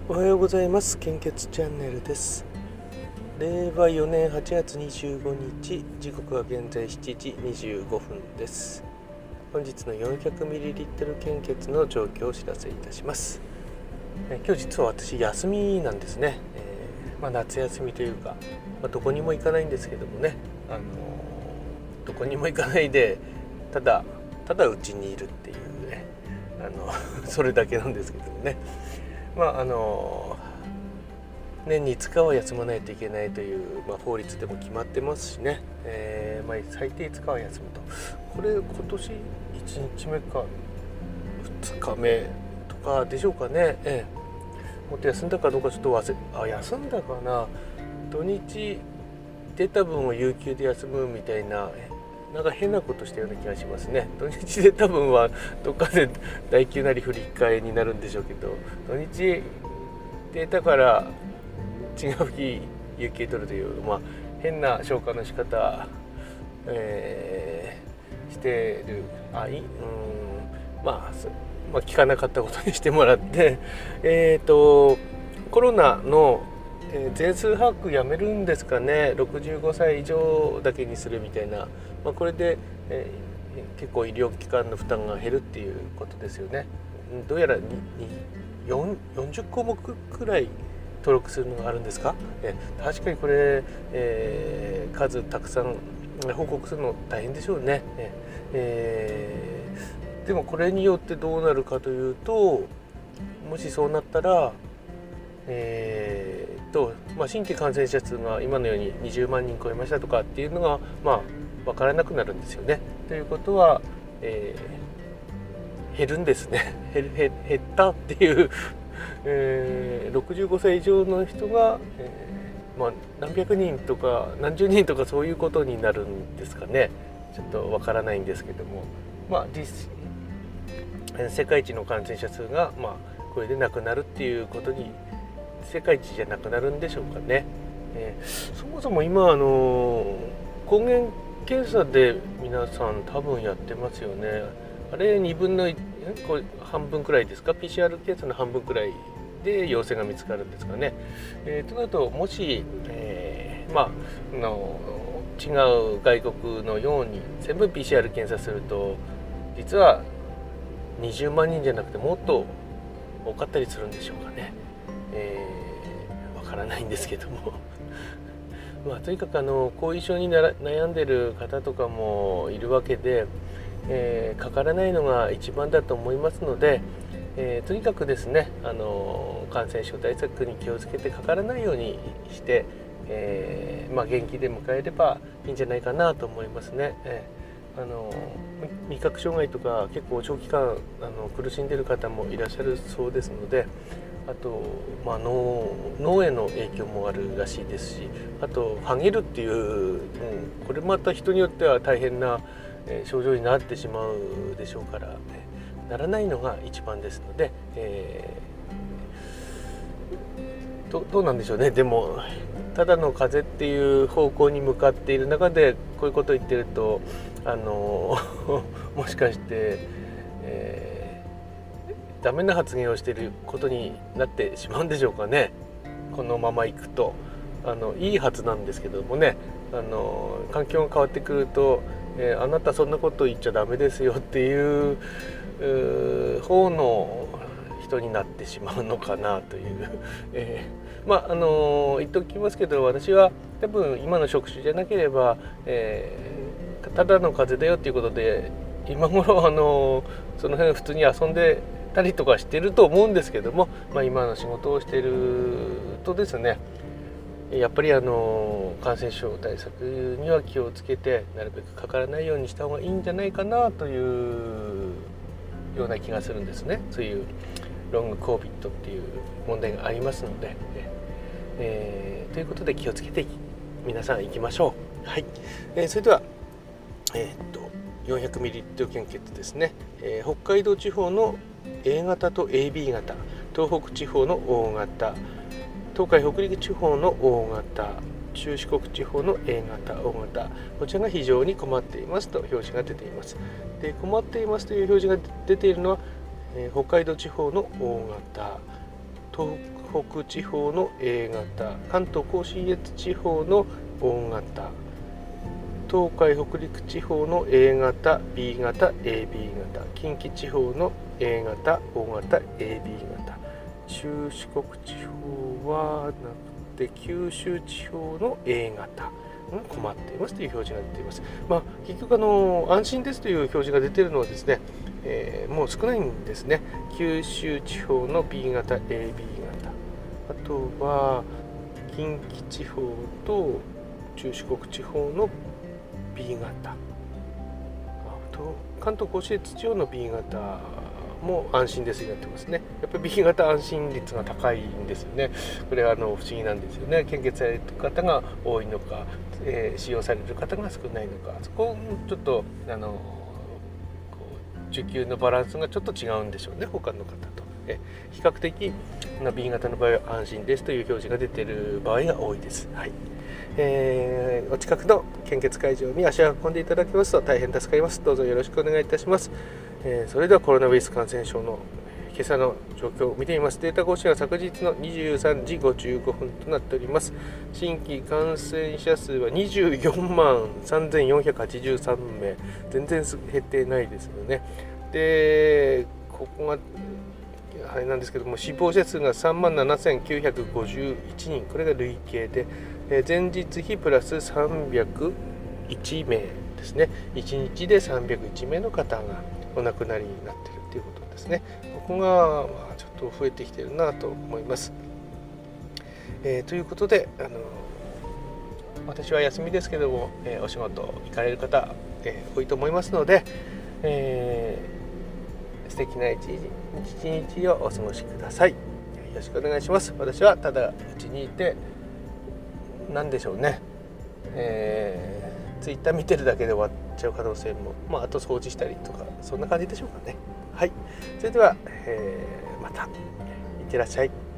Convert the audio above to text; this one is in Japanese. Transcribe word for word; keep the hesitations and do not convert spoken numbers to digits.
おはようございます。献血チャンネルです。れいわよねんはちがつにじゅうごにち、時刻は現在しちじにじゅうごふんです。本日の よんひゃくミリリットル 献血の状況をお知らせいたします。え今日実は私休みなんですね。えーまあ、夏休みというか、まあ、どこにも行かないんですけどもね、あのー、どこにも行かないでただただうちにいるっていうね、あのそれだけなんですけどもね、まああの年にいつかは休まないといけないという、まあ、法律でも決まってますしね、えーまあ、最低いつかは休むと。これ今年いちにちめかふつかめとかでしょうかね、えー、もっと休んだかどうかちょっと忘れあ休んだかな。土日出た分を有給で休むみたいな、なんか変なことしたような気がしますね。土日で多分はどっかで代休なり振り替えになるんでしょうけど、土日出たから違う日有給取るという、まあ、変な消化の仕方、えー、してるあいうんまあ、まあ聞かなかったことにしてもらってえっとコロナの全数把握やめるんですかね。ろくじゅうごさい以上だけにするみたいな、まあ、これで、えー、結構医療機関の負担が減るっていうことですよね。どうやらにによんじゅっこもくくらい登録するのがあるんですか。え確かにこれ、えー、数たくさん報告するの大変でしょうね。えー、でもこれによってどうなるかというと、もしそうなったら、えーとまあ、新規感染者数が今のようににじゅうまんにん超えましたとかっていうのが、まあ、分からなくなるんですよね。ということは、えー、減るんですね。減, 減, 減ったっていうえー、ろくじゅうごさい以上の人が、えーまあ、何百人とか何十人とかそういうことになるんですかね。ちょっとわからないんですけども、まあ、実世界一の感染者数が、まあ、これでなくなるっていうことに世界一じゃなくなるんでしょうかね。えー、そもそも今あの抗原検査で皆さん多分やってますよね。あれにぶんのこれ半分くらいですか。 ピーシーアール 検査の半分くらいで陽性が見つかるんですかね。えー、となるともし、えー、まあの違う外国のように全部 ピーシーアール 検査すると実はにじゅうまんにんじゃなくてもっと多かったりするんでしょうかね。えー、わからないんですけどもまあとにかくあの後遺症になら悩んでる方とかもいるわけで、えー、かからないのが一番だと思いますので、えー、とにかくですね、あの感染症対策に気をつけてかからないようにして、えーまあ、元気で迎えればいいんじゃないかなと思いますね。えー、あの味覚障害とか結構長期間あの苦しんでいる方もいらっしゃるそうですので、あと、まあ、脳, 脳への影響もあるらしいですし、あとはげるっていう、うん、これまた人によっては大変な症状になってしまうでしょうから、ならないのが一番ですので、えー、ど, どうなんでしょうね。でもただの風邪っていう方向に向かっている中でこういうことを言ってると、あのもしかして、えー、ダメな発言をしていることになってしまうんでしょうかね。このままいくとあのいいはずなんですけどもね、あの環境が変わってくると、えー、あなたそんなこと言っちゃダメですよっていう方の人になってしまうのかなという、えー、まああの言っておきますけど、私は多分今の職種じゃなければ、えー、ただの風邪だよっていうことで今頃あのその辺普通に遊んでたりとかしてると思うんですけども、まあ、今の仕事をしてるとですね、やっぱりあの感染症対策には気をつけてなるべくかからないようにした方がいいんじゃないかなというような気がするんですね。そういうロングコービッドっていう問題がありますので、えー、ということで気をつけて皆さん行きましょう。はい、えー、それでは、えー、っと よんひゃくミリリットル 献血ですね、えー、北海道地方の エー 型と エービー 型、東北地方の O 型、東海北陸地方の O 型、中四国地方の エー 型、O 型、こちらが非常に困っていますと表示が出ています。で、困っていますという表示が出ているのは、えー、北海道地方の O 型、東北地方の エー 型、関東甲信越地方の O 型、東海北陸地方の エー 型、B 型、エービー 型、近畿地方の エー 型、O 型、エービー 型、中四国地方はなくて九州地方の エー 型、困っていますという表示が出ています。まあ、結局あの安心ですという表示が出ているのはですね、えー、もう少ないんですね。九州地方の B 型、エービー 型、あとは近畿地方と中四国地方の B 型、あと関東甲信越地方の B 型も安心ですになってますね。やっぱり B 型安心率が高いんですよね。これはあの不思議なんですよね。献血される方が多いのか、えー、使用される方が少ないのか、そこをちょっとあの受給のバランスがちょっと違うんでしょうね、他の方と。え比較的 B 型の場合は安心ですという表示が出ている場合が多いです。はい、えー、お近くの献血会場に足を運んでいただきますと大変助かります。どうぞよろしくお願いいたします。えー、それではコロナウイルス感染症の今朝の状況を見てみます。データ更新は昨日のにじゅうさんじごじゅうごふんとなっております。新規感染者数はにじゅうよんまんさんぜんよんひゃくはちじゅうさんめい、全然減ってないですよね。で、ここがあれなんですけども、死亡者数がさんまんななせんきゅうひゃくごじゅういちにん、これが累計で、えー、前日比プラスさんびゃくいちめいですね。いちにちでさんびゃくいちめいの方がお亡くなりになっているということですね。ここが、まあ、ちょっと増えてきているなと思います。えー、ということで、あの私は休みですけども、えー、お仕事行かれる方、えー、多いと思いますので、えー、素敵な一日、一日をお過ごしください。よろしくお願いします。私はただうちにいて、何でしょうね、えー、ツイッター見てるだけで終わっちゃう可能性も、まあ、あと掃除したりとか、そんな感じでしょうかね。はい、それでは、えー、またいってらっしゃい。